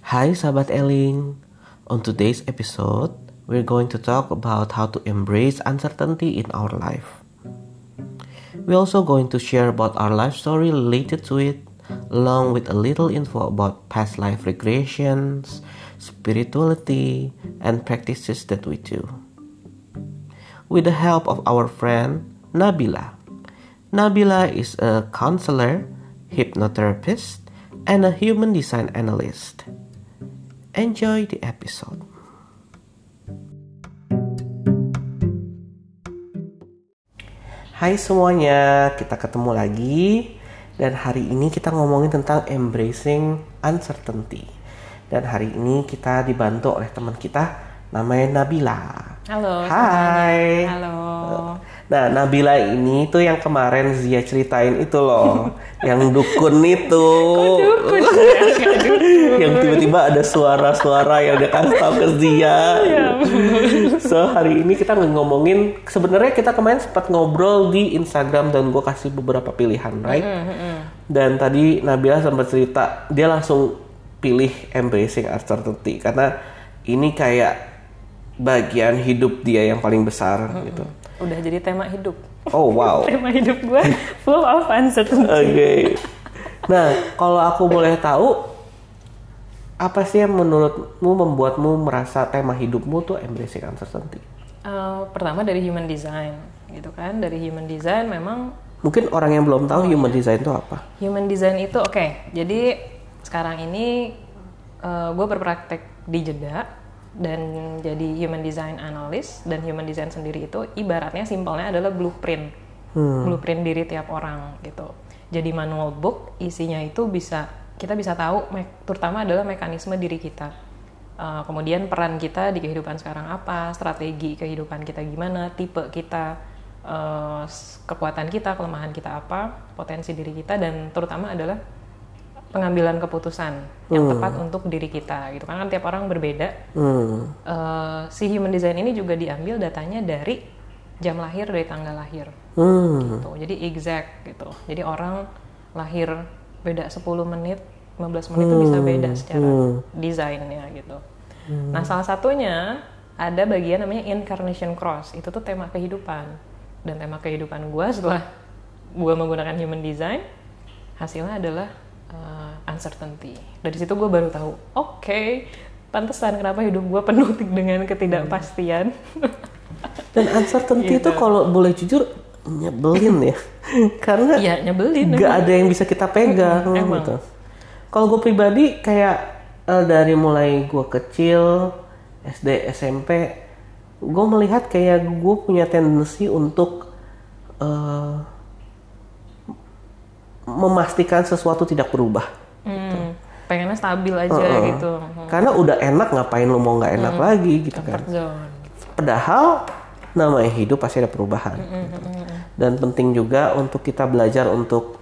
Hi sahabat Eling. On today's episode, we're going to talk about how to embrace uncertainty in our life. We're also going to share about our life story related to it, along with a little info about past life regressions, spirituality, and practices that we do. With the help of our friend Nabila. Nabila is a counselor, hypnotherapist, and a human design analyst. Enjoy the episode. Hai semuanya, kita ketemu lagi. Dan hari ini kita ngomongin tentang embracing uncertainty. Dan hari ini kita dibantu oleh teman kita namanya Nabila. Halo. Hai. Halo. Nah, Nabila ini tuh yang kemarin Zia ceritain itu loh, yang dukun itu. Dukun. Yang tiba-tiba ada suara-suara yang dia kasih tahu ke Zia. So, hari ini kita ngomongin, sebenarnya kita kemarin sempat ngobrol di Instagram dan gue kasih beberapa pilihan, right? Dan tadi Nabila sempat cerita, dia langsung pilih embracing uncertainty karena ini kayak bagian hidup dia yang paling besar gitu. Udah jadi tema hidup. Oh wow. Tema hidup gue full of uncertainty. Oke. Nah, kalau aku boleh tahu, apa sih yang menurutmu membuatmu merasa tema hidupmu tuh embracing uncertainty? Pertama dari human design, gitu kan? Dari human design memang. Mungkin orang yang belum tahu human design itu apa? Human design itu oke. Jadi sekarang ini gue berpraktek di Jeddah dan jadi human design analyst, dan human design sendiri itu ibaratnya simpelnya adalah blueprint diri tiap orang gitu. Jadi manual book, isinya itu kita bisa tahu terutama adalah mekanisme diri kita, kemudian peran kita di kehidupan sekarang apa, strategi kehidupan kita gimana, tipe kita, kekuatan kita, kelemahan kita apa, potensi diri kita, dan terutama adalah pengambilan keputusan yang tepat untuk diri kita gitu kan tiap orang berbeda. Si human design ini juga diambil datanya dari jam lahir, dari tanggal lahir gitu. Jadi exact gitu. Jadi orang lahir beda 10 menit, 15 menit itu bisa beda secara desainnya gitu. Nah, salah satunya ada bagian namanya incarnation cross. Itu tuh tema kehidupan. Dan tema kehidupan gue setelah gue menggunakan human design, hasilnya adalah uncertainty. Dari situ gue baru tahu, oke, pantesan kenapa hidup gue penuh dengan ketidakpastian. Dan uncertainty itu kalau boleh jujur nyebelin ya. Karena ya, nyebelin. Gak ada yang bisa kita pegang gitu. Kalau gue pribadi kayak dari mulai gue kecil, SD, SMP, gue melihat kayak gue punya tendensi untuk memastikan sesuatu tidak berubah. Pengennya stabil aja gitu. Karena udah enak, ngapain lu mau nggak enak lagi gitu kan. Zone. Padahal namanya hidup pasti ada perubahan. Gitu. Dan penting juga untuk kita belajar untuk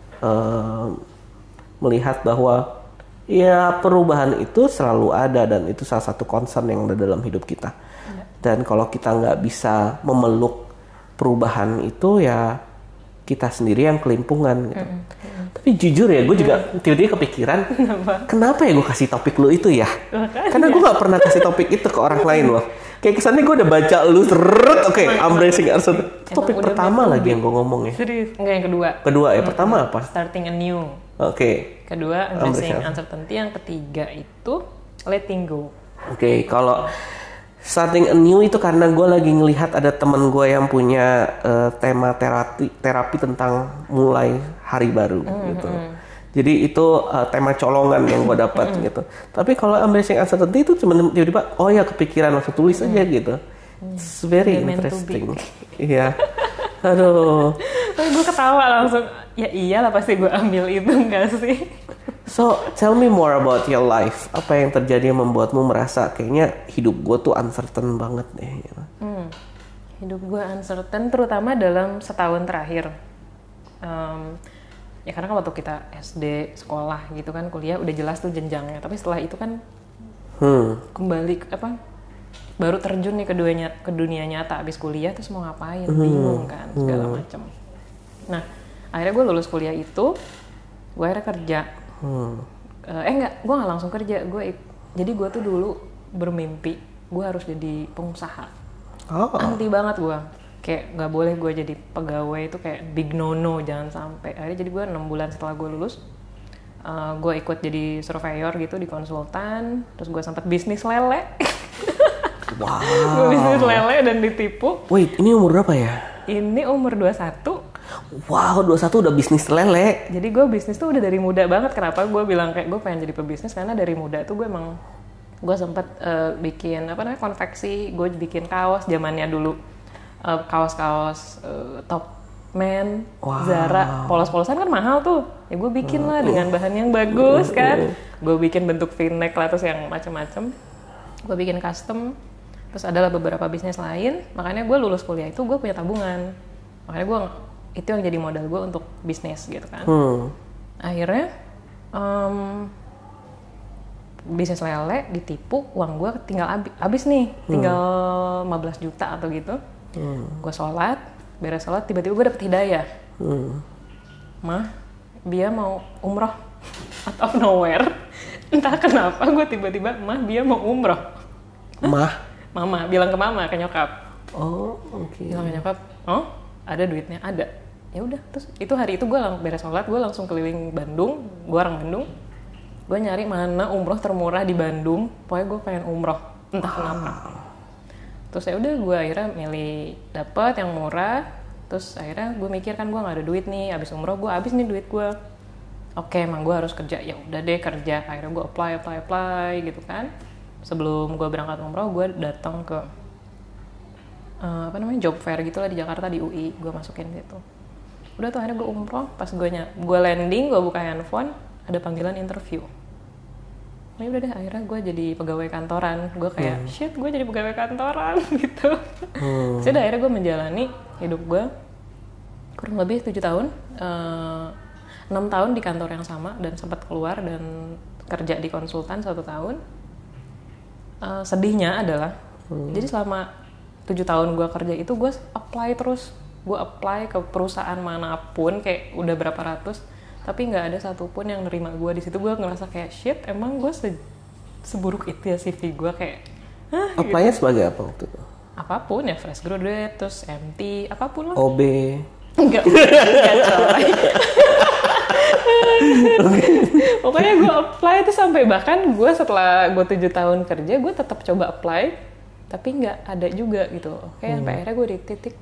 melihat bahwa ya perubahan itu selalu ada, dan itu salah satu concern yang ada dalam hidup kita. Dan kalau kita nggak bisa memeluk perubahan itu, ya kita sendiri yang kelimpungan gitu. Tapi jujur ya, gue juga tiba-tiba kepikiran, kenapa ya gue kasih topik lu itu ya? Karena gue gak pernah kasih topik itu ke orang lain loh. Kayak kesannya gue udah baca lu oke, embracing uncertainty. Topik pertama lagi yang gue ngomong ya. Serius? Enggak, yang kedua. Kedua ya, pertama apa? Starting anew. Oke. Kedua, embracing uncertainty. Yang ketiga itu letting go. Oke, kalau starting anew itu karena gue lagi ngelihat ada teman gue yang punya tema terapi tentang mulai hari baru gitu. Jadi itu tema colongan yang gue dapat gitu. Tapi kalau embracing uncertainty itu cuma tiba-tiba, oh ya kepikiran, langsung tulis aja gitu. It's very interesting. Iya. Aduh. Tapi gue ketawa langsung. Ya iyalah pasti gue ambil itu, enggak sih? So, tell me more about your life. Apa yang terjadi yang membuatmu merasa kayaknya hidup gue tuh uncertain banget deh. Gitu. Hidup gue uncertain terutama dalam setahun terakhir. Ya karena kan waktu kita SD, sekolah gitu kan, kuliah udah jelas tuh jenjangnya. Tapi setelah itu kan kembali baru terjun nih ke dunia nyata abis kuliah, terus mau ngapain, bingung kan segala macam. Nah, akhirnya gue lulus kuliah itu, gue akhirnya kerja enggak, gue nggak langsung kerja. Jadi gue tuh dulu bermimpi gue harus jadi pengusaha. Anti banget gue, kayak nggak boleh gue jadi pegawai, itu kayak big no, jangan sampai. Akhirnya jadi gue 6 bulan setelah gue lulus, gue ikut jadi surveyor gitu di konsultan. Terus gue sempat bisnis lele. Wow. Gue bisnis lele dan ditipu. Wait, ini umur berapa ya? Ini umur 21. Wow, 21 udah bisnis lele. Jadi gue bisnis tuh udah dari muda banget. Kenapa gue bilang kayak gue pengen jadi pebisnis? Karena dari muda tuh gue emang, gue sempet bikin konveksi. Gue bikin kaos zamannya dulu, kaos-kaos Topman, wow. Zara, polos-polosan kan mahal tuh. Ya gue bikin lah dengan bahan yang bagus kan. Gue bikin bentuk v-neck lah, terus yang macem-macem. Gue bikin custom. Terus adalah beberapa bisnis lain. Makanya gue lulus kuliah itu gue punya tabungan. Makanya gue itu yang jadi modal gue untuk bisnis gitu kan. Akhirnya bisnis lele ditipu, uang gue tinggal habis nih, tinggal 15 juta atau gitu. Gue sholat, beres sholat tiba-tiba gue dapet hidayah. Mah, dia mau umroh out of nowhere. Entah kenapa gue tiba-tiba, mah dia mau umroh. Mama bilang ke mama, ke nyokap. Oh, oke. Bilang ke nyokap, oh ada duitnya, ada. Ya udah, terus itu hari itu gue beres sholat, gue langsung keliling Bandung. Gue orang Bandung. Gue nyari mana umroh termurah di Bandung. Pokoknya gue pengen umroh, entah kenapa. Terus ya udah, gue akhirnya milih dapet yang murah. Terus akhirnya gue mikir kan gue nggak ada duit nih, abis umroh gue habis nih duit gue. Oke, emang gue harus kerja. Ya udah deh kerja. Akhirnya gue apply gitu kan. Sebelum gue berangkat umroh, gue datang ke job fair gitulah di Jakarta, di UI. Gue masukin gitu. Udah tuh akhirnya gue umroh. Pas gue landing, gue buka handphone, ada panggilan interview. Nah udah deh, akhirnya gue jadi pegawai kantoran. Gue kayak shit, gue jadi pegawai kantoran gitu. Terus udah akhirnya gue menjalani hidup gue kurang lebih 7 tahun. 6 tahun di kantor yang sama dan sempat keluar dan kerja di konsultan 1 tahun. Sedihnya adalah jadi selama 7 tahun gue kerja itu gue apply terus. Gue apply ke perusahaan manapun, kayak udah berapa ratus, tapi nggak ada satupun yang nerima gue. Di situ gue ngerasa kayak shit, emang gue seburuk itu ya CV gue, kayak apply-nya gitu. Sebagai apa waktu itu? Apapun ya, fresh graduate, terus MT, apapun lah. OB? Enggak coy. Pokoknya gue apply itu sampai bahkan gue setelah gue 7 tahun kerja, gue tetap coba apply, tapi nggak ada juga gitu. Oke, sampai akhirnya gue di titik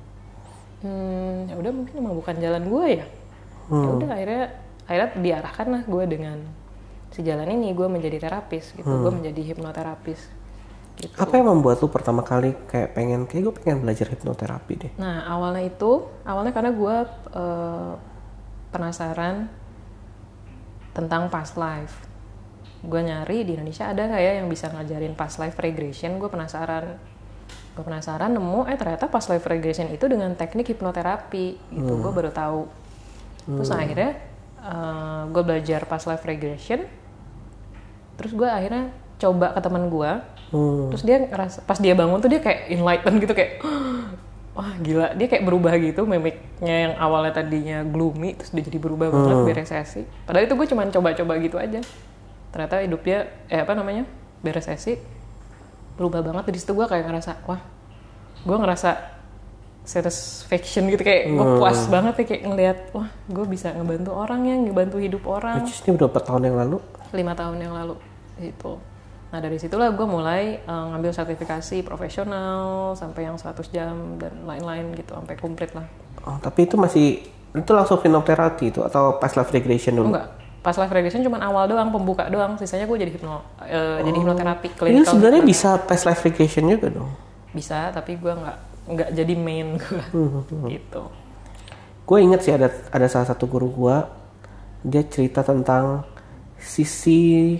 ya udah mungkin emang bukan jalan gue ya. Ya udah akhirnya diarahkan lah gue dengan si jalan ini, gue menjadi terapis gitu. Gue menjadi hipnoterapis gitu. Apa yang membuat lu pertama kali kayak gue pengen belajar hipnoterapi deh? Nah awalnya karena gue penasaran tentang past life. Gue nyari di Indonesia ada nggak ya yang bisa ngajarin past life regression. Gue penasaran nemu ternyata past life regression itu dengan teknik hipnoterapi gitu. Gue baru tahu. Terus akhirnya gue belajar past life regression. Terus gue akhirnya coba ke teman gue. Terus dia ngerasa pas dia bangun tuh dia kayak enlightened gitu, kayak wah gila, dia kayak berubah gitu, mimiknya yang awalnya tadinya gloomy terus dia jadi berubah banget, beres sesi. Padahal itu gue cuma coba-coba gitu aja. Ternyata hidup dia beres sesi berubah banget. Di situ gue kayak ngerasa gue ngerasa satisfaction gitu, kayak gue puas banget ya, kayak ngelihat wah gue bisa ngebantu orang, yang ngebantu hidup orang. Which is ini berapa tahun yang lalu? 5 tahun yang lalu gitu. Nah dari situlah gue mulai ngambil sertifikasi profesional sampai yang 100 jam dan lain-lain gitu, sampai komplit lah. Oh, tapi itu langsung hipnoterapi itu atau past life regression dulu? Enggak, past life regression cuma awal doang, pembuka doang. Sisanya gue jadi jadi hipnoterapi Ini klinikal. sebenarnya bisa past life regression juga dong? Bisa, tapi gue nggak jadi main gue gitu. Gue inget sih ada salah satu guru gue, dia cerita tentang sisi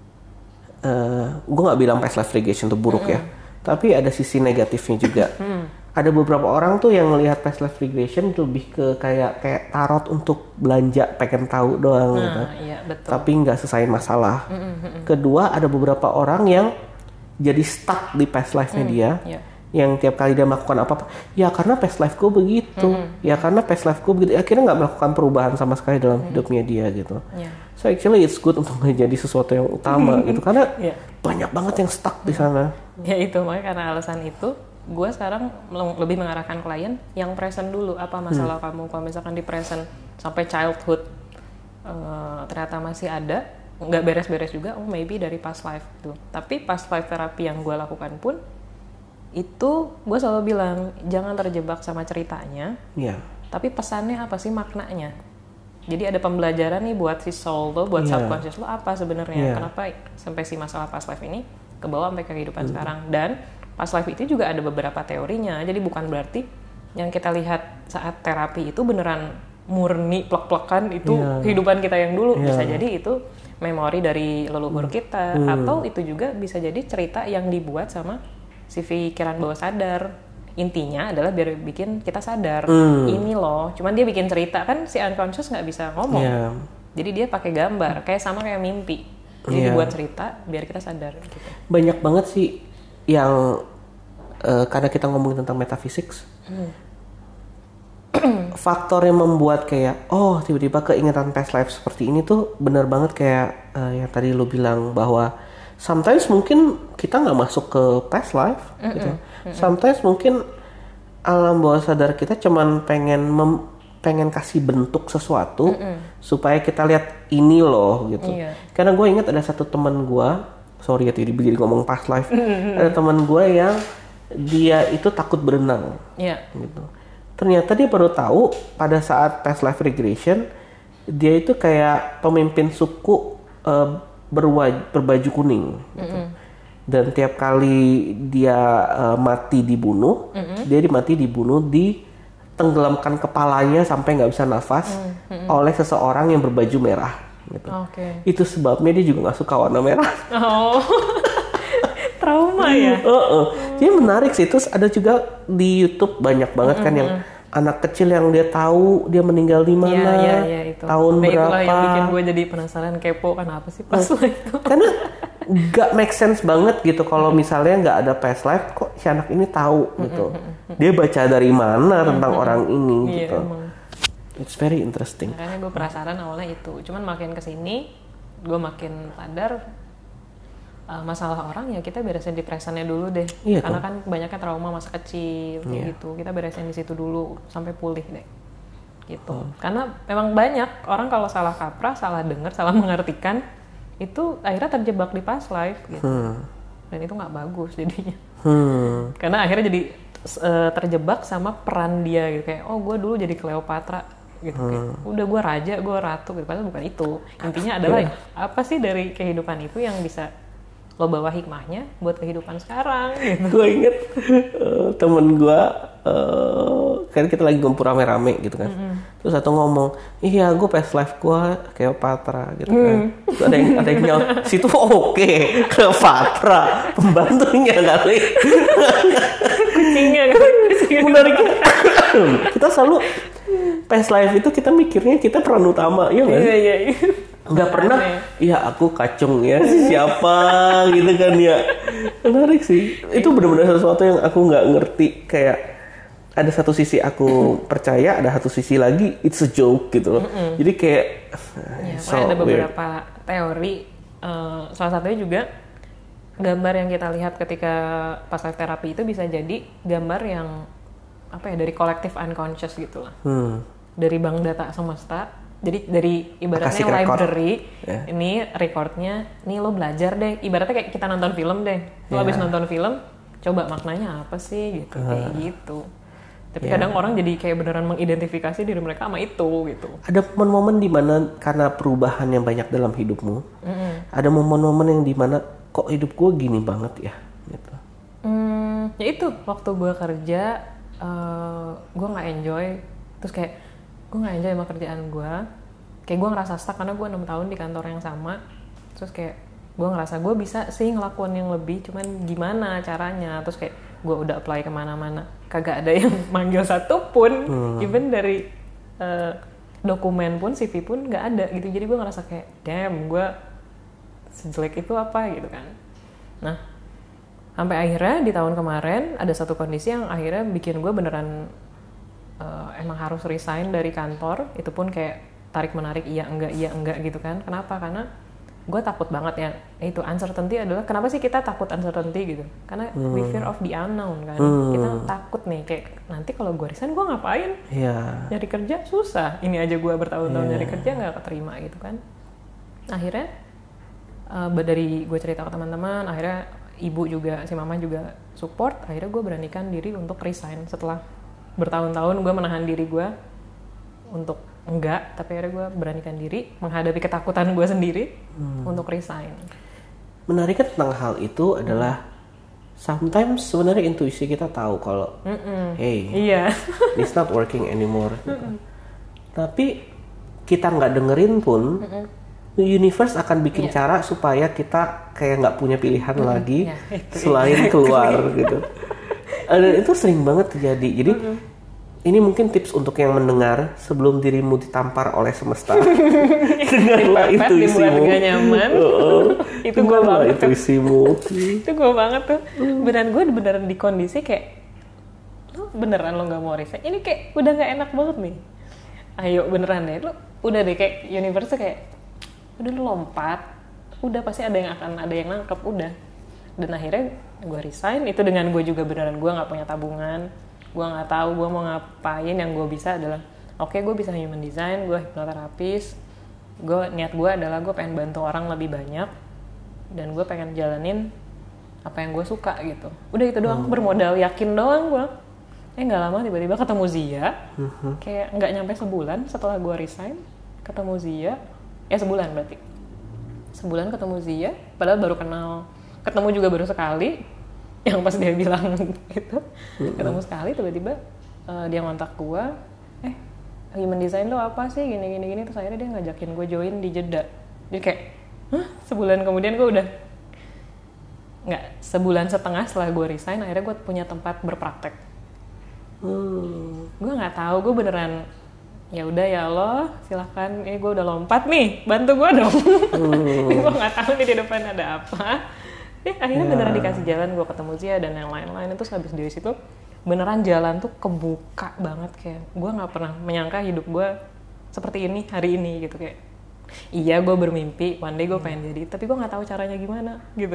gue nggak bilang past life regression itu buruk ya, tapi ada sisi negatifnya juga. Ada beberapa orang tuh yang melihat past life regression lebih ke kayak tarot untuk belanja, pengen tahu doang gitu. Iya, betul. Tapi nggak selesai masalah. Kedua, ada beberapa orang yang jadi stuck di past life-nya dia. Iya. yang tiap kali dia melakukan apa-apa, ya karena past life gue begitu, ya karena past life gue begitu, akhirnya nggak melakukan perubahan sama sekali dalam hidupnya dia gitu. So actually it's good untuk menjadi sesuatu yang utama gitu, karena banyak banget yang stuck di sana. Ya itu, makanya karena alasan itu gue sekarang lebih mengarahkan klien yang present dulu. Apa masalah kamu? Kalau misalkan di present sampai childhood ternyata masih ada, nggak beres-beres juga, maybe dari past life tuh. Tapi past life terapi yang gue lakukan pun itu gue selalu bilang jangan terjebak sama ceritanya, tapi pesannya apa sih, maknanya. Jadi ada pembelajaran nih buat si soul lo, buat subconscious lo, apa sebenarnya, kenapa sampai si masalah past life ini kebawa sampai kehidupan sekarang. Dan past life itu juga ada beberapa teorinya, jadi bukan berarti yang kita lihat saat terapi itu beneran murni plek-plekan itu kehidupan kita yang dulu. Bisa jadi itu memori dari leluhur kita, atau itu juga bisa jadi cerita yang dibuat sama si pikiran bawah sadar. Intinya adalah biar bikin kita sadar ini loh, cuman dia bikin cerita, kan si unconscious nggak bisa ngomong, jadi dia pakai gambar, kayak sama kayak mimpi, jadi buat cerita biar kita sadar gitu. Banyak banget sih yang karena kita ngomongin tentang metafisik, faktor yang membuat kayak tiba-tiba keingetan past life seperti ini tuh bener banget kayak yang tadi lu bilang, bahwa sometimes mungkin kita nggak masuk ke past life gitu. Sometimes mungkin alam bawah sadar kita cuman pengen kasih bentuk sesuatu supaya kita lihat ini loh gitu. Karena gue ingat ada satu teman gue, sorry ya tadi begini ngomong past life, ada teman gue yang dia itu takut berenang gitu. Ternyata dia baru tahu pada saat past life regression, dia itu kayak pemimpin suku berbaju kuning gitu. Dan tiap kali dia mati dibunuh, dia dibunuh, ditenggelamkan kepalanya sampai nggak bisa nafas oleh seseorang yang berbaju merah gitu. Itu sebabnya dia juga nggak suka warna merah. Trauma ya. Jadi menarik sih. Terus ada juga di YouTube banyak banget kan yang anak kecil yang dia tahu dia meninggal di mana, itu. Tahun berapa. Itulah yang bikin gue jadi penasaran, kepo kan apa sih past life itu. Karena gak make sense banget gitu kalau misalnya gak ada past life, kok si anak ini tahu gitu. Dia baca dari mana tentang orang ini gitu. It's very interesting. Makanya gue penasaran awalnya itu. Cuman makin kesini gue makin sadar masalah orang ya kita beresin di presentnya dulu deh. Karena kan banyaknya trauma masa kecil gitu. Kita beresin di situ dulu sampai pulih deh. Gitu. Karena memang banyak orang kalau salah kaprah, salah dengar, salah mengartikan, itu akhirnya terjebak di past life gitu. Dan itu nggak bagus jadinya. Karena akhirnya jadi terjebak sama peran dia gitu, kayak gue dulu jadi Cleopatra gitu, kayak udah gue raja, gue ratu gitu. Padahal bukan itu. Intinya adalah apa sih dari kehidupan itu yang bisa lo bawa hikmahnya buat kehidupan sekarang gitu. Gue inget temen gue kan kita lagi ngumpul rame-rame gitu kan. Terus satu ngomong, iya gue past life gue Cleopatra gitu kan. Terus ada yang nyaut, situ oke, Cleopatra pembantunya kali. Kucingnya kan. Menariknya kita selalu past life itu kita mikirnya kita peran utama, ya nggak? Iya. Nggak pernah, ya aku kacung ya siapa gitu kan ya. Menarik sih. Itu benar-benar sesuatu yang aku nggak ngerti, kayak ada satu sisi aku percaya, ada satu sisi lagi it's a joke gitu loh. Jadi kayak ada beberapa teori, salah satunya juga gambar yang kita lihat ketika past life terapi itu bisa jadi gambar yang dari kolektif unconscious gitu lah. Dari bank data semesta. Jadi dari ibaratnya Akashic library, ini recordnya, nih lo belajar deh. Ibaratnya kayak kita nonton film deh. Lo abis nonton film, coba maknanya apa sih gitu, kayak gitu. Tapi kadang orang jadi kayak beneran mengidentifikasi diri mereka sama itu gitu. Ada momen-momen di mana karena perubahan yang banyak dalam hidupmu, ada momen-momen yang di mana kok hidup gue gini banget ya gitu. Ya itu waktu gue kerja, gue nggak enjoy, terus kayak gue nggak enjoy sama kerjaan gue, kayak gue ngerasa stuck karena gue 6 tahun di kantor yang sama. Terus kayak gue ngerasa gue bisa sih ngelakuin yang lebih, cuman gimana caranya. Terus kayak gue udah apply kemana-mana, kagak ada yang manggil satu pun, even dari dokumen pun, CV pun nggak ada gitu. Jadi gue ngerasa kayak damn, gue sejelek itu apa gitu kan. Nah Sampai akhirnya di tahun kemarin ada satu kondisi yang akhirnya bikin gue beneran emang harus resign dari kantor. Itu pun kayak tarik menarik iya enggak gitu kan. Kenapa? Karena gue takut banget ya. Itu uncertainty adalah kenapa sih kita takut uncertainty gitu? Karena we fear of the unknown kan. Kita takut nih kayak nanti kalau gue resign gue ngapain? Nyari kerja susah. Ini aja gue bertahun-tahun nyari kerja nggak keterima gitu kan. Akhirnya dari gue cerita ke teman-teman, akhirnya ibu juga, si mama juga support. Akhirnya gue beranikan diri untuk resign setelah bertahun-tahun gue menahan diri gue untuk enggak, tapi akhirnya gue beranikan diri menghadapi ketakutan gue sendiri untuk resign. Menariknya tentang hal itu adalah sometimes sebenarnya intuisi kita tahu kalau hey, it's not working anymore. Tapi kita nggak dengerin pun, universe akan bikin cara supaya kita kayak nggak punya pilihan lagi selain keluar gitu. Dan itu sering banget terjadi. Jadi ini mungkin tips untuk yang mendengar sebelum dirimu ditampar oleh semesta. Dengarlah intuisimu. Gak nyaman. Itu gue banget intuisimu. Itu gue banget tuh. Beneran di kondisi kayak lo beneran lo nggak mau resign. Ini kayak udah nggak enak banget nih. Ayo beneran deh lo. Udah deh kayak universe kayak udah lo lompat. Udah pasti ada yang nangkep udah. Dan akhirnya gue resign. Itu dengan gue juga beneran gue nggak punya tabungan. Gue nggak tahu gue mau ngapain. Yang gue bisa adalah oke, gue bisa human design, gue hipnoterapis. Niat gue adalah gue pengen bantu orang lebih banyak dan gue pengen jalanin apa yang gue suka gitu. Udah itu doang, bermodal yakin doang gue. Nggak lama tiba-tiba ketemu Zia. Kayak nggak nyampe sebulan setelah gue resign ketemu Zia. Sebulan berarti. Sebulan ketemu Zia, padahal baru ketemu juga baru sekali. Yang pas dia bilang gitu, ketemu sekali tiba-tiba dia ngontak gue, human design lo apa sih gini. Terus akhirnya dia ngajakin gue join di Jeddah. Jadi kayak sebulan kemudian gue udah nggak, sebulan setengah setelah gue resign akhirnya gue punya tempat berpraktek. Gue nggak tahu, gue beneran ya udah ya Allah silakan, ini gue udah lompat nih, bantu gue dong. Gue nggak tahu nih di depan ada apa. Akhirnya beneran dikasih jalan, gue ketemu Zia dan yang lain-lain. Terus habis dari situ beneran jalan tuh kebuka banget. Kayak gue nggak pernah menyangka hidup gue seperti ini hari ini gitu. Kayak iya gue bermimpi one day gue pengen jadi, tapi gue nggak tahu caranya gimana gitu.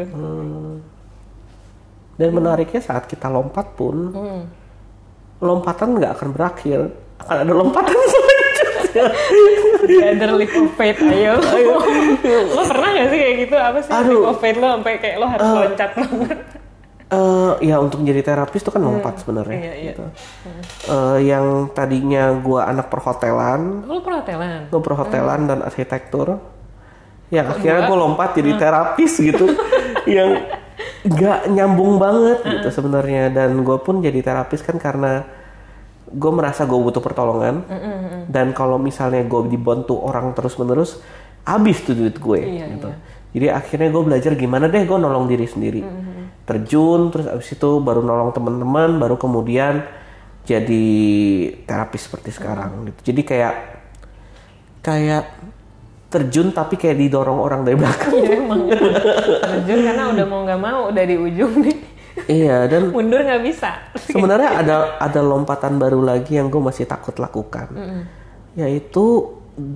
Dan menariknya saat kita lompat pun lompatan nggak akan berakhir, akan ada lompatan selanjutnya. Ada leap of faith, ayo. Lo pernah nggak sih kayak gitu? Apa sih leap of faith lo sampai kayak lo harus loncat banget? Ya untuk jadi terapis itu kan lompat sebenarnya. Gitu. Yang tadinya gue anak perhotelan. Lo perhotelan? Gue perhotelan dan arsitektur. Yang akhirnya gue lompat jadi terapis gitu. Yang nggak nyambung banget gitu sebenarnya. Dan gue pun jadi terapis kan karena gue merasa gue butuh pertolongan. Dan kalau misalnya gue dibantu orang terus-menerus, habis tuh duit gue. Gitu. Jadi akhirnya gue belajar gimana deh gue nolong diri sendiri. Terjun, terus abis itu baru nolong teman-teman, baru kemudian jadi terapis seperti sekarang gitu. Jadi kayak terjun tapi kayak didorong orang dari belakang. Iya emang terjun karena udah mau nggak mau udah di ujung nih. Iya, dan mundur nggak bisa. Sebenarnya ada lompatan baru lagi yang gue masih takut lakukan, yaitu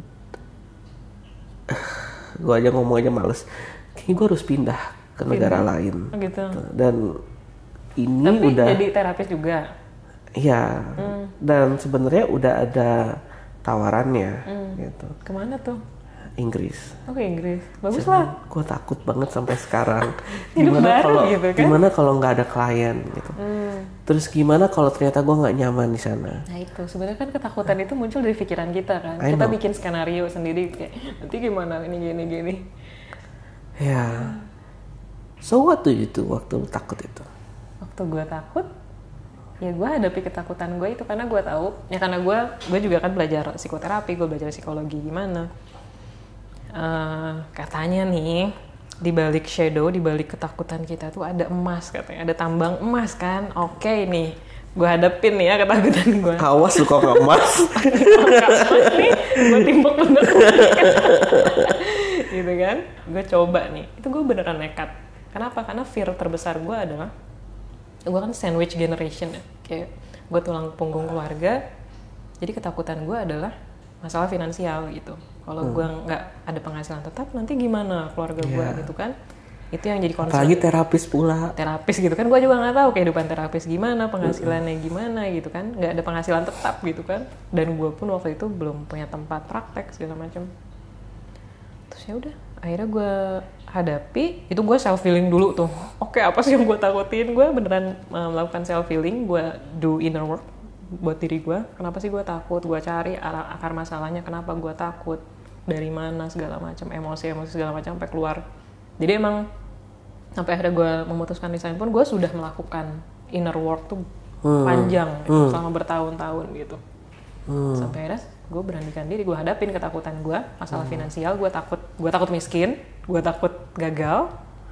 gue aja ngomong aja males. Kayaknya gue harus pindah ke negara lain. Gitu. Dan ini tapi udah jadi terapis juga. Iya. Dan sebenarnya udah ada tawarannya. Gitu. Kemana tuh? Inggris. Oke, Inggris. Bagus lah. Gue takut banget sampai sekarang. Gimana kalau nggak ada klien gitu. Terus gimana kalau ternyata gue nggak nyaman di sana? Nah itu sebenarnya kan ketakutan itu muncul dari pikiran kita kan. Kita bikin skenario sendiri kayak nanti gimana ini gini. Ya. So what do you do waktu takut itu? Waktu gue takut, ya gue hadapi ketakutan gue itu karena gue tahu ya, karena gue juga kan belajar psikoterapi, gue belajar psikologi gimana. Katanya nih di balik shadow, di balik ketakutan kita tuh ada emas katanya, ada tambang emas kan. Oke nih, gue hadapin nih ya ketakutan gue. Awas lu kok nggak emas. Nih, gue timbuk bener. Gitu kan, gue coba nih. Itu gue beneran nekat. Kenapa? Karena fear terbesar gue adalah gue kan sandwich generation ya, kayak gue tulang punggung keluarga. Jadi ketakutan gue adalah masalah finansial gitu. Kalau gue nggak ada penghasilan tetap, nanti gimana keluarga gue gitu kan? Itu yang jadi concern. Apalagi terapis pula. Terapis gitu kan, gue juga nggak tahu kehidupan terapis gimana, penghasilannya gimana gitu kan. Nggak ada penghasilan tetap gitu kan. Dan gue pun waktu itu belum punya tempat praktek segala macam. Terus ya udah, akhirnya gue hadapi. Itu gue self healing dulu tuh. Oke, apa sih yang gue takutin? Gue beneran melakukan self healing. Gue do inner work buat diri gue. Kenapa sih gue takut? Gue cari akar masalahnya. Kenapa gue takut? Dari mana segala macam, emosi segala macam sampai keluar. Jadi emang sampai akhirnya gue memutuskan resign pun gue sudah melakukan inner work tuh panjang gitu, selama bertahun-tahun gitu. Sampai akhirnya gue beranikan diri, gue hadapin ketakutan gue, masalah finansial. Gue takut miskin, gue takut gagal,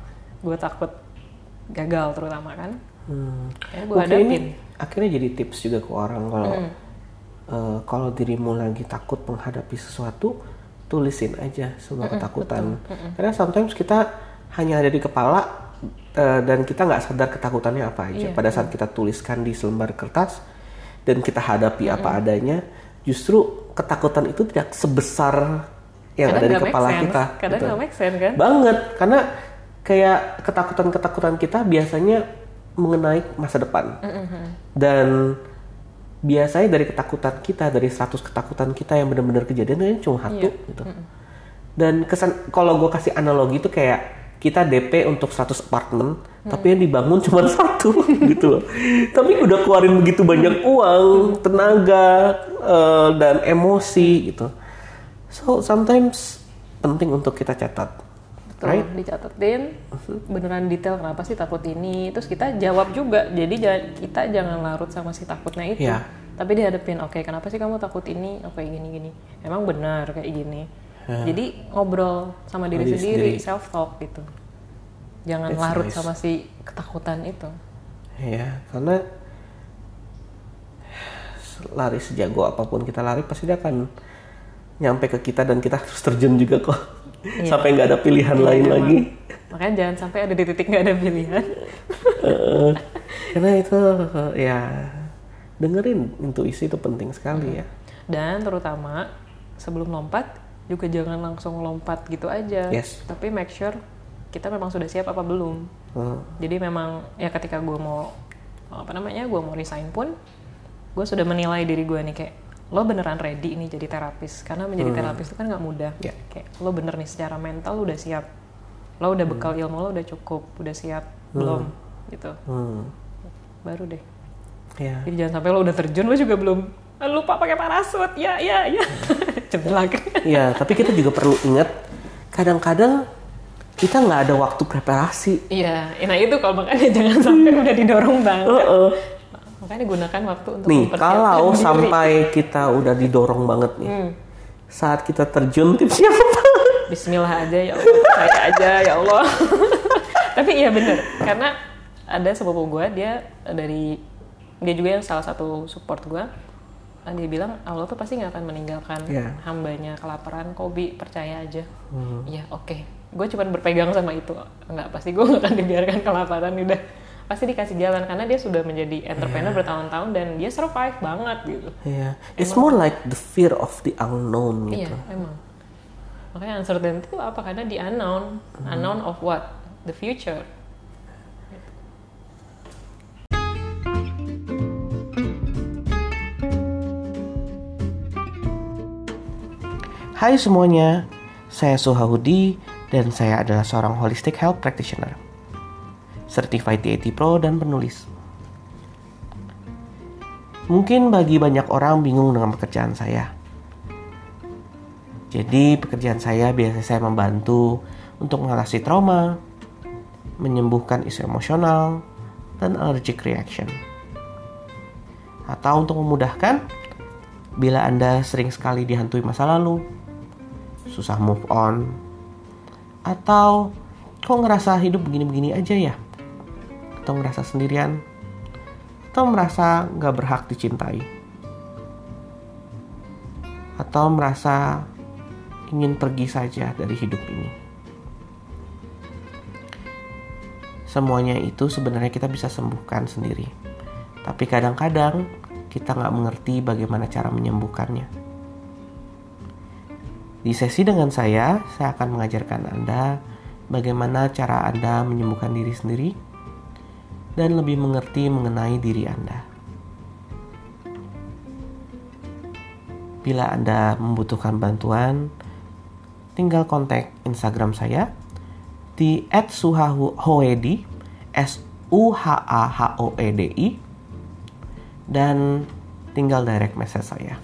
terutama kan. Gue hadapin. Akhirnya jadi tips juga ke orang kalau dirimu lagi takut menghadapi sesuatu, tulisin aja semua ketakutan. Karena sometimes kita hanya ada di kepala dan kita nggak sadar ketakutannya apa aja. Pada saat kita tuliskan di selembar kertas dan kita hadapi apa adanya, justru ketakutan itu tidak sebesar yang ada di kepala kita. Kadang nggak make sense kan? Banget, karena kayak ketakutan kita biasanya mengenai masa depan. Dan biasanya dari ketakutan kita, dari 100 ketakutan kita yang benar-benar kejadian cuma satu gitu. Dan kalau gue kasih analogi itu kayak kita DP untuk 100 apartemen, tapi yang dibangun cuma satu gitu. Tapi udah keluarin begitu banyak uang, tenaga, dan emosi gitu. So sometimes penting untuk kita catat. Betul, right? Dicatetin beneran detail kenapa sih takut ini, terus kita jawab juga. Jadi kita jangan larut sama si takutnya itu, tapi dihadapin. Oke, kenapa sih kamu takut ini? Oke, gini emang benar kayak gini. Jadi ngobrol sama diri sendiri, self talk gitu. Jangan larut sama si ketakutan itu. Ya, karena lari sejago apapun kita lari, pasti dia akan nyampe ke kita dan kita harus terjun juga kok. Sampai nggak ada pilihan lain lagi. Makanya jangan sampai ada di titik nggak ada pilihan. Karena itu ya, dengerin intuisi itu penting sekali ya. Dan terutama sebelum lompat juga jangan langsung lompat gitu aja. Tapi make sure kita memang sudah siap apa belum. Jadi memang ya ketika gue mau resign pun, gue sudah menilai diri gue nih kayak, lo beneran ready nih jadi terapis. Karena menjadi terapis itu kan gak mudah. Kayak lo bener nih secara mental lo udah siap, lo udah bekal ilmu lo udah cukup, udah siap belum gitu. Baru deh. Jadi jangan sampai lo udah terjun lo juga belum lupa pakai parasut. Ya ceblak. Ya, tapi kita juga perlu ingat kadang-kadang kita nggak ada waktu preparasi. Iya, nah itu kalau makanya jangan sampai udah didorong banget. Makanya gunakan waktu untuk kalau diri. Sampai kita udah didorong banget nih, saat kita terjun tipsnya apa? Bismillah aja ya Allah, percaya aja ya Allah. Tapi iya bener, karena ada sepupu gue, dia juga yang salah satu support gue. Dia bilang Allah tuh pasti nggak akan meninggalkan hambanya kelaparan. Kobi percaya aja. Iya oke. Gue cuma berpegang sama itu. Nggak, pasti gue nggak akan dibiarkan kelaparan. Udah pasti dikasih jalan karena dia sudah menjadi entrepreneur bertahun-tahun dan dia survive banget gitu. It's more like the fear of the unknown gitu. Iya emang. Makanya uncertainty itu apa? Karena the unknown. Unknown of what? The future. Hai semuanya, saya Suhahudi dan saya adalah seorang holistic health practitioner, certified DAT Pro dan penulis. Mungkin bagi banyak orang bingung dengan pekerjaan saya. Jadi pekerjaan saya biasanya saya membantu untuk mengatasi trauma, menyembuhkan isu emosional, dan allergic reaction. Atau untuk memudahkan, bila Anda sering sekali dihantui masa lalu, susah move on, atau kok ngerasa hidup begini-begini aja ya, atau ngerasa sendirian, atau merasa gak berhak dicintai, atau merasa ingin pergi saja dari hidup ini. semuanya itu sebenarnya kita bisa sembuhkan sendiri. Tapi kadang-kadang kita nggak mengerti bagaimana cara menyembuhkannya. Di sesi dengan saya akan mengajarkan Anda bagaimana cara Anda menyembuhkan diri sendiri dan lebih mengerti mengenai diri Anda. Bila Anda membutuhkan bantuan, tinggal kontak Instagram saya di @suhahoedi, SUHAHOEDI, dan tinggal direct message saya.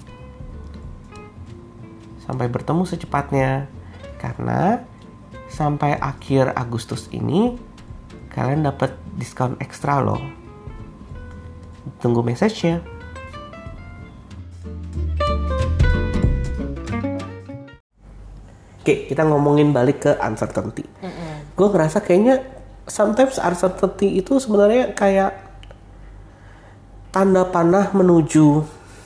Sampai bertemu secepatnya, karena sampai akhir Agustus ini kalian dapat diskon ekstra loh. Tunggu message-nya. Oke, kita ngomongin balik ke uncertainty. Gue ngerasa kayaknya sometimes uncertainty itu sebenarnya kayak tanda panah menuju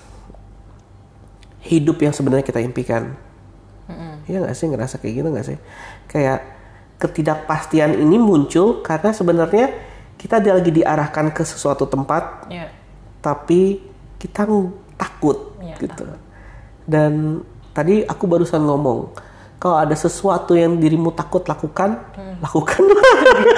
hidup yang sebenarnya kita impikan. Iya nggak sih, ngerasa kayak gitu nggak sih? Kayak ketidakpastian ini muncul karena sebenarnya kita lagi diarahkan ke sesuatu tempat, tapi kita takut gitu. Takut. Dan tadi aku barusan ngomong, kalau ada sesuatu yang dirimu takut lakukan, lakukanlah.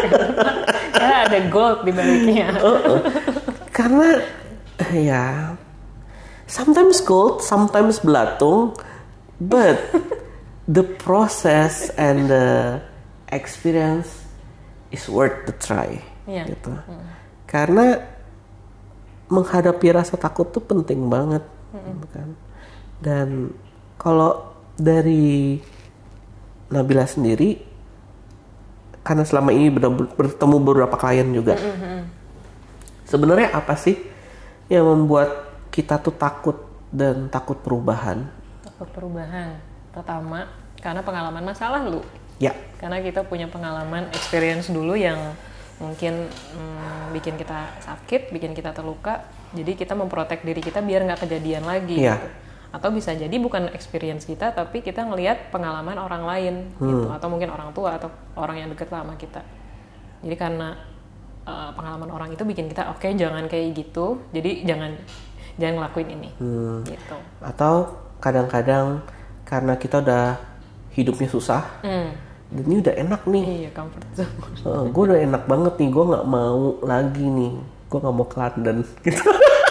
Ya ada gold di baliknya. Karena ya sometimes gold, sometimes belatung, but the process and the experience is worth the try. Gitu. Karena menghadapi rasa takut tuh penting banget, kan? Dan kalau dari Nabila sendiri, karena selama ini bertemu beberapa klien juga, sebenarnya apa sih yang membuat kita tuh takut dan takut perubahan? Takut perubahan, pertama karena pengalaman masa lalu. Ya. Karena kita punya pengalaman experience dulu yang mungkin bikin kita sakit, bikin kita terluka. Jadi kita memprotek diri kita biar nggak kejadian lagi. Gitu. Atau bisa jadi bukan experience kita, tapi kita ngelihat pengalaman orang lain, gitu. Atau mungkin orang tua atau orang yang dekat sama kita. Jadi karena pengalaman orang itu bikin kita oke, jangan kayak gitu. Jadi jangan ngelakuin ini. Gitu. Atau kadang-kadang karena kita udah hidupnya susah, dan ini udah enak nih. Iya, comfort zone. Gue udah enak banget nih, gue nggak mau lagi nih, gue nggak mau ke London. Gitu.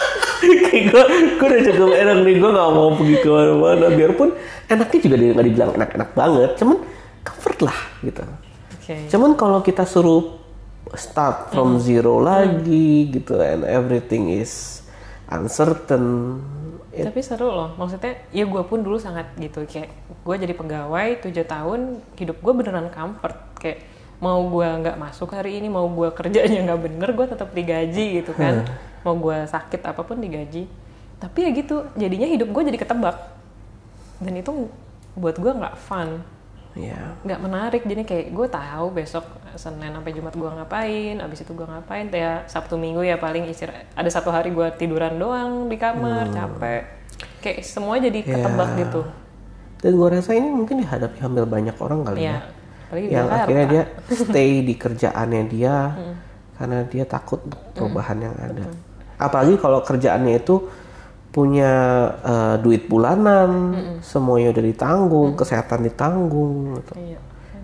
Kayak gue udah cukup enak nih, gue gak mau pergi kemana-mana. Biarpun enaknya juga nggak dibilang enak-enak banget, cuman comfort lah gitu. Cuman kalau kita suruh start from zero lagi gitu, and everything is uncertain. Tapi seru loh, maksudnya ya gue pun dulu sangat gitu, kayak gue jadi pegawai 7 tahun, hidup gue beneran comfort. Kayak mau gue nggak masuk hari ini, mau gue kerjanya nggak bener, gue tetap digaji gitu kan. Mau gue sakit apapun digaji. Tapi ya gitu, jadinya hidup gue jadi ketebak. Dan itu buat gue nggak fun, nggak menarik. Jadi kayak gue tahu besok Senin sampai Jumat gue ngapain, abis itu gue ngapain. Ya Sabtu Minggu ya paling istirahat. Ada satu hari gue tiduran doang di kamar, capek. Kayak semua jadi ketebak gitu. Dan gue rasa ini mungkin dihadapi hampir banyak orang kali ya. Yang Jakarta. akhirnya dia stay di kerjaannya dia karena dia takut perubahan yang ada. Apalagi kalau kerjaannya itu punya duit bulanan, semuanya udah ditanggung, kesehatan ditanggung. Gitu. Iya.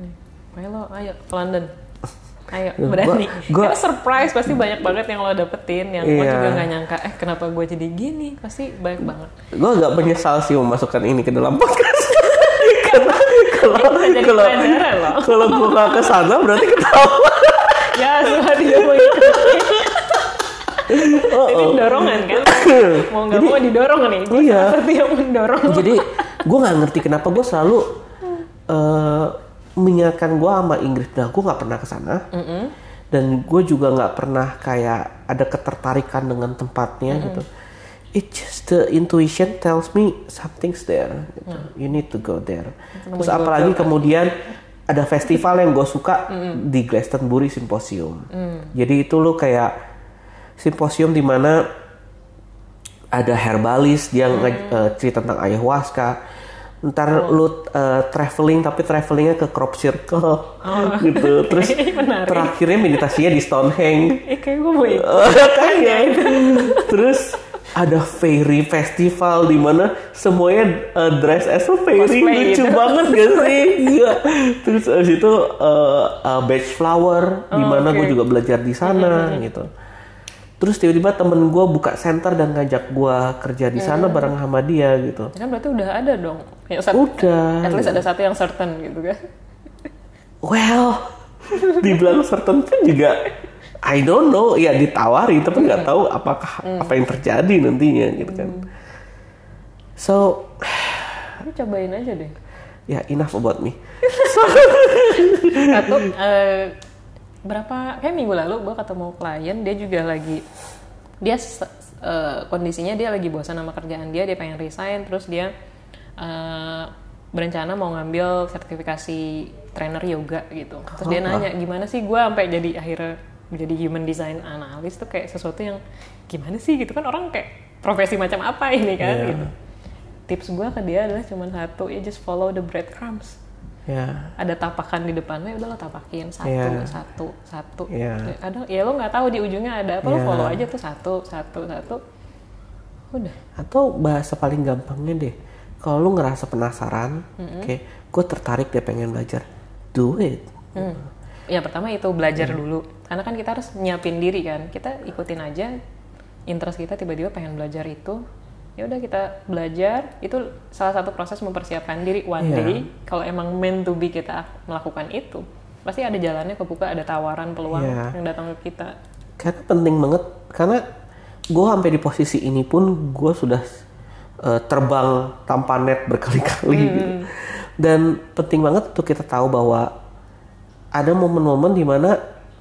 Ayo ke London. Ayo berani. Karena surprise pasti banyak banget yang lo dapetin, yang lo juga nggak nyangka. Kenapa gue jadi gini? Pasti banyak banget. Gue agak menyesal sih memasukkan ini ke dalam podcast. Kalau gue nggak kesana berarti ketawa. Ya sudah dia mau ikutin. Ini dorongan kan? Mau nggak mau didorong nih. Seperti yang mendorong. Jadi gue nggak ngerti kenapa gue selalu mengingatkan gue sama Inggris. Nah, gue nggak pernah kesana. Dan gue juga nggak pernah kayak ada ketertarikan dengan tempatnya gitu. It just the intuition tells me something's there. Gitu. You need to go there. Terus apalagi kemudian ada festival yang gue suka di Glastonbury Symposium. Jadi itu lo kayak simposium di mana ada herbalis, dia cerita tentang ayahuasca, Ntar lu traveling tapi travelingnya ke crop circle gitu. Terus terakhirnya meditasinya di Stonehenge. Kayak gue mau ikut. Kayaknya. Terus ada fairy festival di mana semuanya dress as a fairy. Lucu banget gak sih? Iya. Terus abis itu beach flower di mana gue juga belajar di sana gitu. Terus tiba-tiba temen gue buka center dan ngajak gue kerja di sana bareng sama dia gitu. Kan berarti udah ada dong. Udah. At least ada satu yang certain gitu kan. Well, dibilang certain pun juga I don't know. Ya ditawari tapi nggak tahu apakah apa yang terjadi nantinya gitu kan. So, Tapi cobain aja deh. Ya enough about me. Satu, kayak minggu lalu gue ketemu klien, dia juga lagi, kondisinya dia lagi bosan sama kerjaan dia pengen resign, terus dia berencana mau ngambil sertifikasi trainer yoga gitu. Terus dia nanya, gimana sih gue sampai jadi akhirnya menjadi human design analyst tuh kayak sesuatu yang gimana sih gitu kan, orang kayak profesi macam apa ini kan gitu. Tips gue ke dia adalah cuma satu, ya just follow the breadcrumbs. Ada tapakan di depannya, udah lo tapakin satu. Kadang ya lo nggak tahu di ujungnya ada apa, lo follow aja tuh satu. Udah. Atau bahasa paling gampangnya deh, kalau lo ngerasa penasaran, gue tertarik deh pengen belajar, do it. Ya pertama itu belajar dulu, karena kan kita harus nyiapin diri kan, kita ikutin aja interest kita, tiba-tiba pengen belajar itu. Ya udah kita belajar, itu salah satu proses mempersiapkan diri. One day kalau emang meant to be kita melakukan itu, pasti ada jalannya kebuka, ada tawaran peluang yang datang ke kita. Karena penting banget, karena gue sampai di posisi ini pun gue sudah terbang tanpa net berkali-kali gitu. Dan penting banget untuk kita tahu bahwa ada momen-momen di mana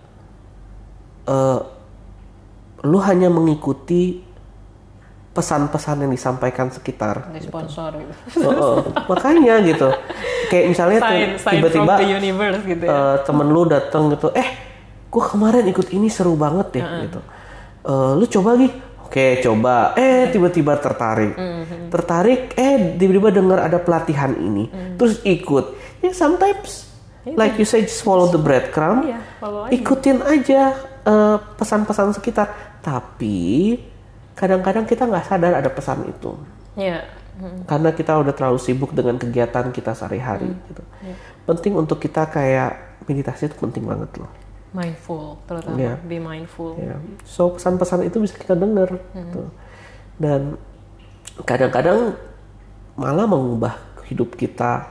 lu hanya mengikuti pesan-pesan yang disampaikan sekitar. Sponsor gitu. Makanya gitu. Kayak misalnya tiba-tiba gitu temen lu datang gitu, gue kemarin ikut ini seru banget deh gitu. Lu coba Gi? Oke, coba. Tiba-tiba tertarik. Tiba-tiba dengar ada pelatihan ini, terus ikut. Ya sometimes like you say, just follow the breadcrumb. Ikutin aja pesan-pesan sekitar. Tapi kadang-kadang kita nggak sadar ada pesan itu. Karena kita udah terlalu sibuk dengan kegiatan kita sehari-hari gitu. Penting untuk kita kayak meditasi itu penting banget loh. Mindful, terutama be mindful. So pesan-pesan itu bisa kita dengar gitu. Dan kadang-kadang malah mengubah hidup kita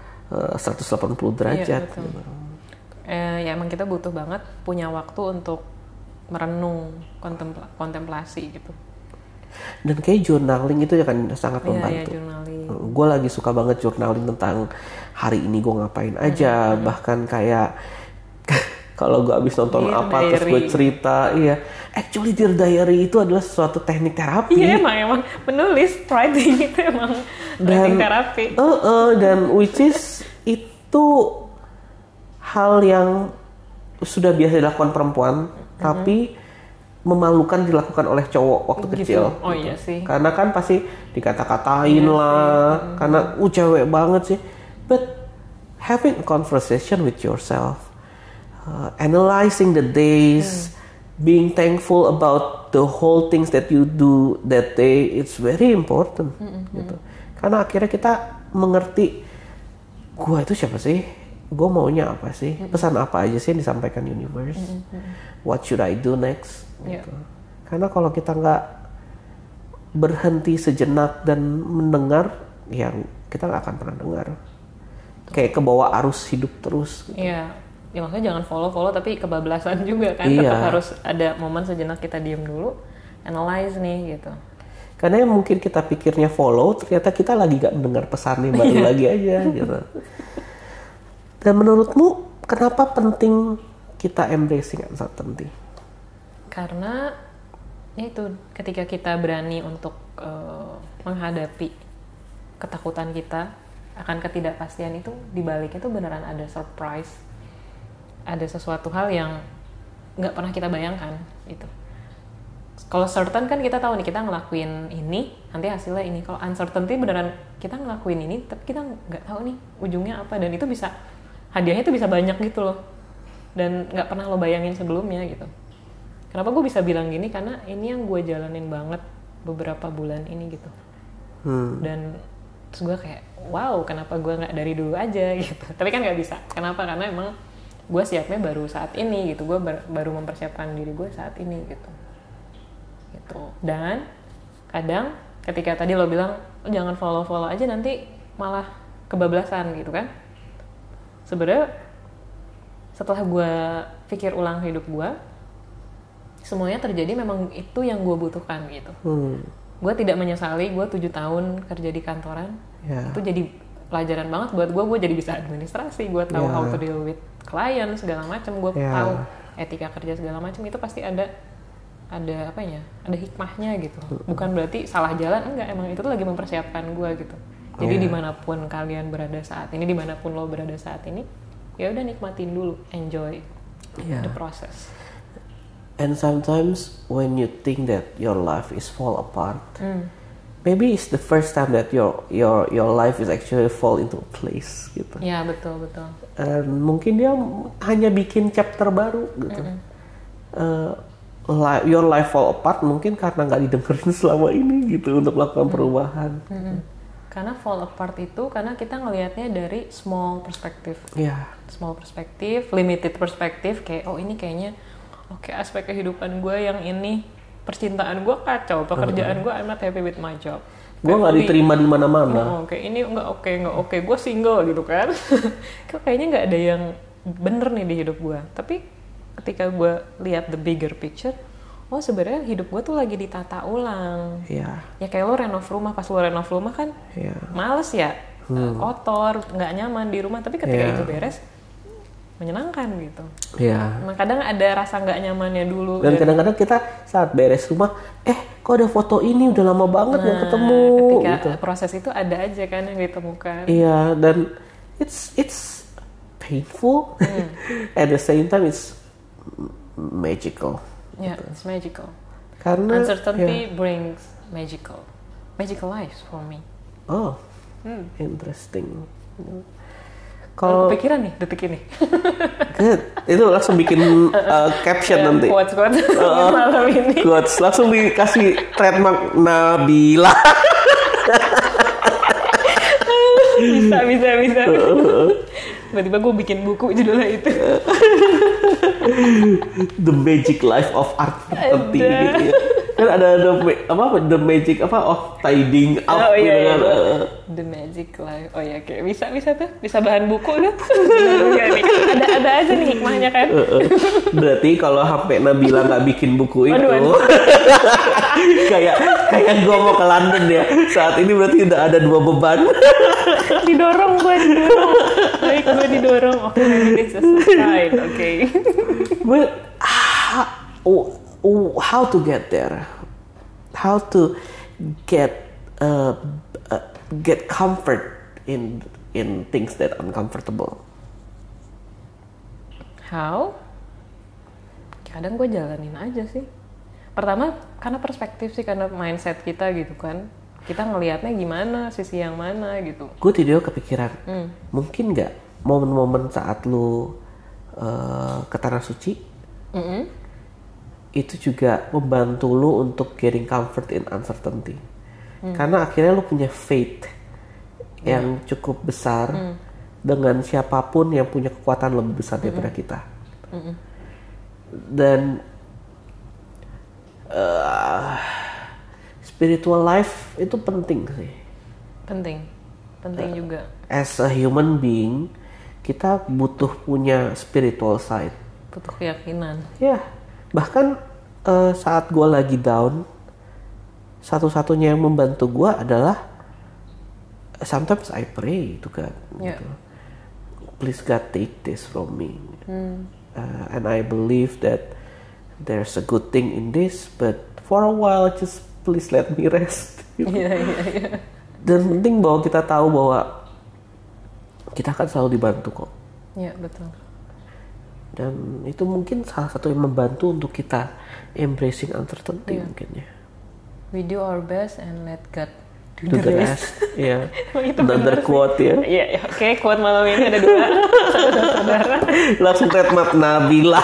180 derajat. Gitu. Ya emang kita butuh banget punya waktu untuk merenung, kontemplasi gitu. Dan kayak journaling itu ya kan sangat membantu. Gue lagi suka banget journaling tentang hari ini gue ngapain aja, bahkan kayak kalau gue abis nonton terus gue cerita, actually Dear Diary itu adalah suatu teknik terapi. Emang menulis, writing itu emang writing terapi. Dan which is itu hal yang sudah biasa dilakukan perempuan, tapi memalukan dilakukan oleh cowok waktu kecil. Oh iya sih. Karena kan pasti dikata-katain lah, karena cewek banget sih. But having a conversation with yourself, analyzing the days, being thankful about the whole things that you do that day, it's very important. Gitu. Karena akhirnya kita mengerti, gua itu siapa sih? Gue maunya apa sih? Pesan apa aja sih yang disampaikan universe? What should I do next? Gitu. Karena kalau kita nggak berhenti sejenak dan mendengar, ya kita nggak akan pernah dengar. Kayak kebawa arus hidup terus. Gitu. Ya maksudnya jangan follow tapi kebablasan juga kan. Tetap harus ada momen sejenak kita diam dulu, analyze nih gitu. Karena mungkin kita pikirnya follow, ternyata kita lagi nggak mendengar pesannya, baru lagi aja gitu. Dan menurutmu kenapa penting kita embracing uncertainty? Karena itu ketika kita berani untuk menghadapi ketakutan kita akan ketidakpastian itu, di baliknya tuh beneran ada surprise, ada sesuatu hal yang nggak pernah kita bayangkan itu. Kalau certain kan kita tahu nih kita ngelakuin ini nanti hasilnya ini. Kalau uncertainty beneran kita ngelakuin ini tapi kita nggak tahu nih ujungnya apa, dan itu bisa hadiahnya itu bisa banyak gitu loh, dan nggak pernah lo bayangin sebelumnya gitu. Kenapa gue bisa bilang gini, karena ini yang gue jalanin banget beberapa bulan ini gitu. Dan terus gue kayak wow, kenapa gue nggak dari dulu aja gitu. Tapi kan nggak bisa. Kenapa? Karena emang gue siapnya baru saat ini gitu. Gue baru mempersiapkan diri gue saat ini gitu. Dan kadang ketika tadi lo bilang jangan follow aja nanti malah kebablasan gitu kan. Sebenarnya setelah gue pikir ulang hidup gue, semuanya terjadi memang itu yang gue butuhkan gitu. Gue tidak menyesali gue 7 tahun kerja di kantoran. Itu jadi pelajaran banget buat gue jadi bisa administrasi, gue tahu how to deal with klien segala macam, gue tahu etika kerja segala macam. Itu pasti ada apanya, ada hikmahnya gitu. Bukan berarti salah jalan, enggak, emang itu tuh lagi mempersiapkan gue gitu. Jadi dimanapun kalian berada saat ini, dimanapun lo berada saat ini, ya udah nikmatin dulu, enjoy the process. And sometimes when you think that your life is fall apart, maybe it's the first time that your life is actually fall into a place gitu. Ya betul. Mungkin dia hanya bikin chapter baru gitu. Your life fall apart mungkin karena nggak didengerin selama ini gitu untuk melakukan perubahan. Karena fall apart itu karena kita ngelihatnya dari small perspective. Small perspective, limited perspective, kayak oh ini kayaknya oke, aspek kehidupan gue yang ini, percintaan gue kacau, pekerjaan gue I'm not happy with my job. Gue nggak diterima di mana-mana. Kayak ini nggak oke, gue single gitu kan. Kayaknya nggak ada yang bener nih di hidup gue. Tapi ketika gue lihat the bigger picture, oh sebenarnya hidup gue tuh lagi ditata ulang. Ya kayak lo renov rumah, pas lo renov rumah kan males ya, kotor, nggak nyaman di rumah. Tapi ketika itu beres, menyenangkan gitu. Nah, kadang ada rasa nggak nyamannya dulu. Dan kadang-kadang kita saat beres rumah, kok ada foto ini udah lama banget nggak ketemu. Ketika gitu. proses itu ada aja kan yang ditemukan. Dan it's painful. At the same time it's magical. It's magical. Karena uncertainty brings magical lives for me. Oh, interesting. Kalau kepikiran nih detik ini. Itu langsung bikin caption nanti. Quotes malam ini. Quotes langsung dikasih trademark Nabila. bisa. Tiba-tiba gue bikin buku judulnya itu. The Magic Life of Uncertainty gitu ya. Kan ada the magic of tidying up gitu kan. The Magic Life. Oh ya, kayak bisa tuh. Bisa bahan buku tuh. ada aja nih hikmahnya kan. Berarti kalau HP Nabila nggak bikin buku itu, kayak gue mau ke London ya. Saat ini berarti udah ada 2 beban. Didorong. Baik, gue didorong. Oke, ini selesai. Oke. Well, how to get there? How to get comfort in things that uncomfortable? How? Kadang gue jalanin aja sih. Pertama karena perspektif sih, karena mindset kita gitu kan. Kita ngelihatnya gimana, sisi yang mana gitu. Gue tidur kepikiran, mungkin nggak momen-momen saat lu ke Tanah Suci, itu juga membantu lu untuk getting comfort in uncertainty. Karena akhirnya lu punya faith yang cukup besar dengan siapapun yang punya kekuatan lebih besar daripada kita. Dan spiritual life itu penting sih. Penting juga. As a human being, kita butuh punya spiritual side. Butuh keyakinan. Bahkan saat gue lagi down, satu-satunya yang membantu gue adalah sometimes I pray itu kan. Gitu. Please God take this from me. And I believe that there's a good thing in this, but for a while just please let me rest. Dan penting bahwa kita tahu bahwa kita akan selalu dibantu kok. Iya, betul. Dan itu mungkin salah satu yang membantu untuk kita embracing uncertainty mungkin ya. We do our best and let God Do the rest. Iya. Itu Another quote ya. Iya, oke, quote malam ini ada 2. Saudara. Langsung trademark Nabila.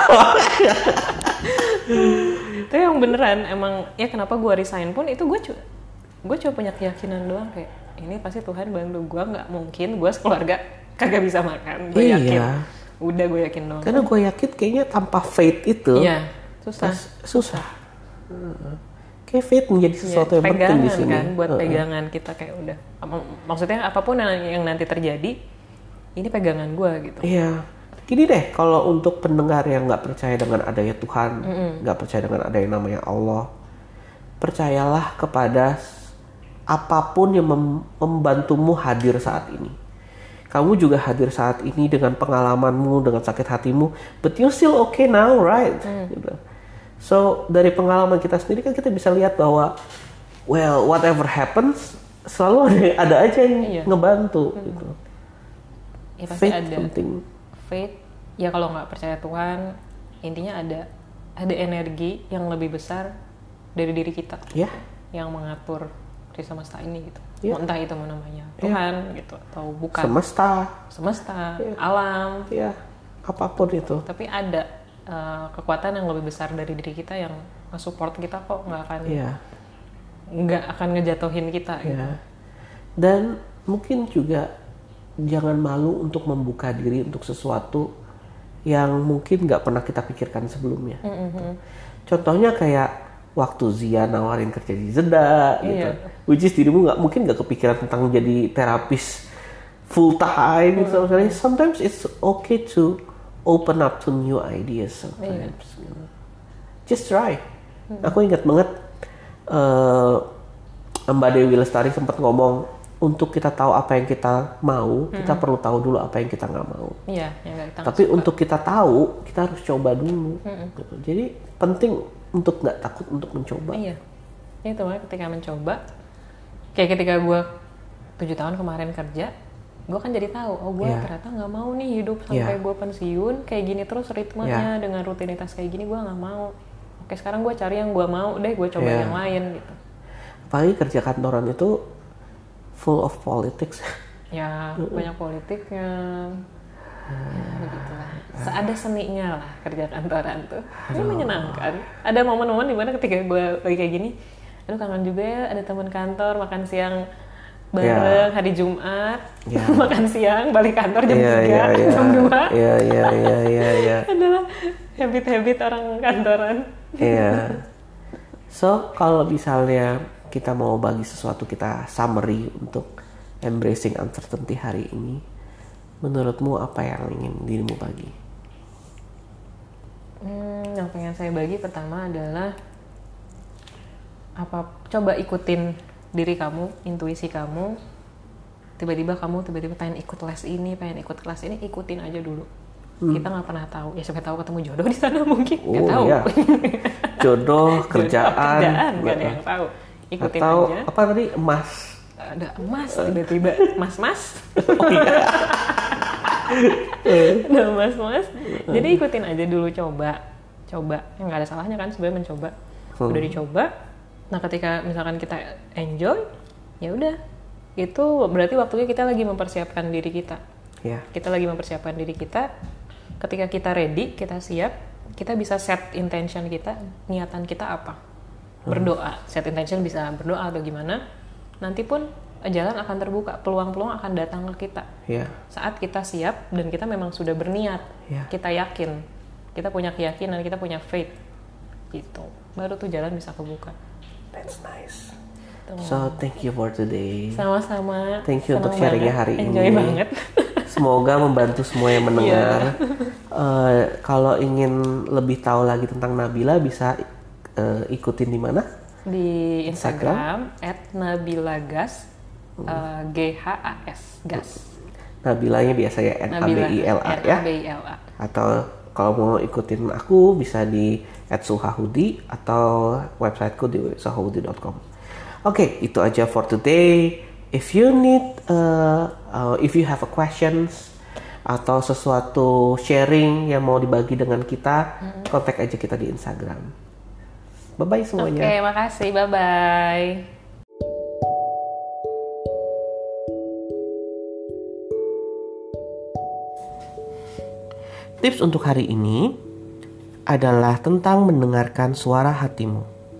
Itu yang beneran emang ya kenapa gue resign pun itu gue cuma punya keyakinan doang kayak ini pasti Tuhan bantu gue, nggak mungkin gue sekeluarga kagak bisa makan. Gue yakin. Udah gue yakin dong. Karena gue yakin kayaknya tanpa faith itu. Iya, susah. Kayak faith menjadi sesuatu yang penting di sini. Kan, buat pegangan kita kayak udah. Maksudnya apapun yang nanti terjadi, ini pegangan gue gitu. Iya. Gini deh, kalau untuk pendengar yang nggak percaya dengan adanya Tuhan, nggak percaya dengan ada yang namanya Allah, percayalah kepada apapun yang membantumu hadir saat ini. Kamu juga hadir saat ini dengan pengalamanmu, dengan sakit hatimu, but you still okay now, right? Gitu. So dari pengalaman kita sendiri kan kita bisa lihat bahwa, well, whatever happens, selalu ada aja yang ngebantu. Gitu. Ya, pasti faith ada. Penting. Faith, ya kalau nggak percaya Tuhan, intinya ada energi yang lebih besar dari diri kita, yang mengatur di semesta ini gitu. Entah itu namanya Tuhan gitu atau bukan. Semesta, alam. Apapun itu. Tapi ada kekuatan yang lebih besar dari diri kita yang nge-support kita kok, nggak akan ngejatuhin kita. Gitu. Dan mungkin juga jangan malu untuk membuka diri untuk sesuatu yang mungkin nggak pernah kita pikirkan sebelumnya. Contohnya kayak waktu Zia nawarin kerja di Zeda, gitu. Which is dirimu mungkin nggak kepikiran tentang jadi terapis full time. Gitu. Sometimes it's okay to open up to new ideas. Just try. Aku ingat banget Mbak Dewi Lestari sempat ngomong, untuk kita tahu apa yang kita mau, kita perlu tahu dulu apa yang kita nggak mau. Tapi untuk kita tahu, kita harus coba dulu. Gitu. Jadi penting untuk nggak takut untuk mencoba. Itu ketika mencoba, kayak ketika gue 7 tahun kemarin kerja, gue kan jadi tahu, gue ternyata nggak mau nih hidup sampai gue pensiun kayak gini terus ritmenya dengan rutinitas kayak gini, gue nggak mau. Oke, sekarang gue cari yang gue mau deh, gue coba yang lain gitu. Apalagi kerja kantoran itu full of politics. Banyak politiknya. Begitulah. Ada seninya lah kerja kantoran tuh. Ini menyenangkan. Ada momen-momen dimana ketika gue lagi kayak gini, aduh kangen juga ya ada teman kantor makan siang bareng hari Jumat, makan siang balik kantor jam 3, jam 2. Adalah habit-habit orang kantoran. So kalau misalnya kita mau bagi sesuatu, kita summary untuk embracing uncertainty hari ini, menurutmu apa yang ingin dirimu bagi? Yang pengen saya bagi pertama adalah coba ikutin diri kamu, intuisi kamu. Tiba-tiba pengen ikut les ini, pengen ikut kelas ini, ikutin aja dulu. Kita nggak pernah tahu. Ya siapa tahu ketemu jodoh di sana mungkin. Nggak tahu. Jodoh, kerjaan, nggak ada yang tahu. Ikutin atau aja. Apa tadi, emas? Ada emas tiba-tiba, mas. Ada mas. Jadi ikutin aja dulu, coba. Yang nggak ada salahnya kan sebenarnya mencoba. Udah dicoba. Nah ketika misalkan kita enjoy, ya udah, itu berarti waktunya kita lagi mempersiapkan diri kita. Kita lagi mempersiapkan diri kita. Ketika kita ready, kita siap, kita bisa set intention kita, niatan kita apa. Berdoa, set intention bisa berdoa atau gimana. Nanti pun jalan akan terbuka, peluang-peluang akan datang ke kita. Saat kita siap dan kita memang sudah berniat, kita yakin, kita punya keyakinan, kita punya faith, gitu. Baru tuh jalan bisa kebuka. That's nice. So thank you for today. Sama-sama. Thank you untuk sharingnya hari ini. Enjoy banget. Semoga membantu semua yang mendengar. Kalau ingin lebih tahu lagi tentang Nabila, bisa ikutin di mana? Di Instagram @nabilagas, GHAS, gas. Nabilanya biasa ya NABILA ya. Atau kalau mau ikutin aku bisa di @suhahudi atau websiteku di suhahudi.com. Oke, itu aja for today. If you need, if you have a questions atau sesuatu sharing yang mau dibagi dengan kita, kontak aja kita di Instagram. Bye-bye semuanya. Oke, makasih. Bye-bye. Tips untuk hari ini adalah tentang mendengarkan suara hatimu.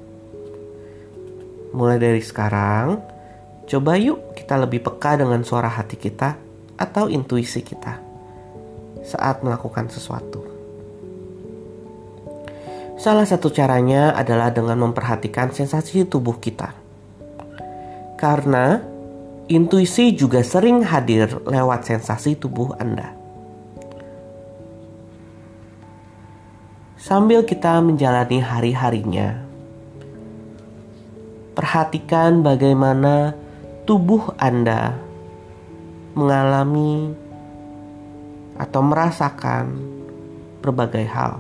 Mulai dari sekarang, coba yuk kita lebih peka dengan suara hati kita atau intuisi kita saat melakukan sesuatu. Salah satu caranya adalah dengan memperhatikan sensasi tubuh kita. Karena intuisi juga sering hadir lewat sensasi tubuh Anda. Sambil kita menjalani hari-harinya, perhatikan bagaimana tubuh Anda mengalami atau merasakan berbagai hal.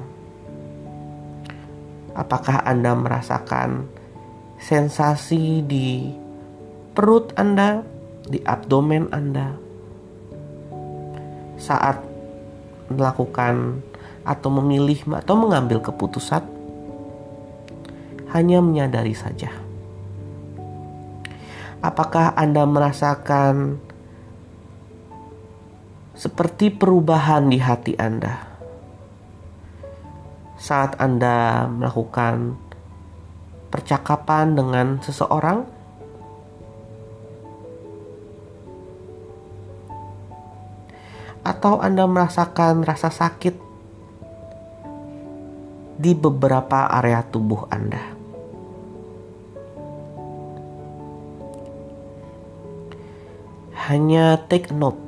Apakah Anda merasakan sensasi di perut Anda, di abdomen Anda saat melakukan atau memilih atau mengambil keputusan? Hanya menyadari saja. Apakah Anda merasakan seperti perubahan di hati Anda saat Anda melakukan percakapan dengan seseorang? Atau Anda merasakan rasa sakit di beberapa area tubuh Anda? Hanya take note.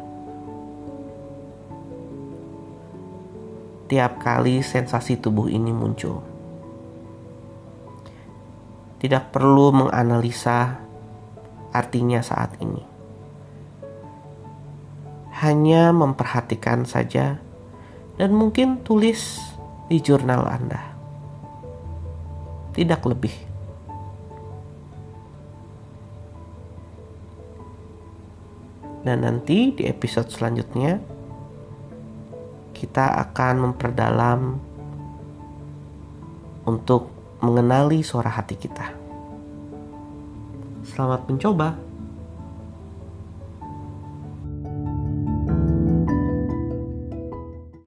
Tiap kali sensasi tubuh ini muncul. Tidak perlu menganalisa artinya saat ini. Hanya memperhatikan saja dan mungkin tulis di jurnal Anda. Tidak lebih. Dan nanti di episode selanjutnya kita akan memperdalam untuk mengenali suara hati kita. Selamat mencoba.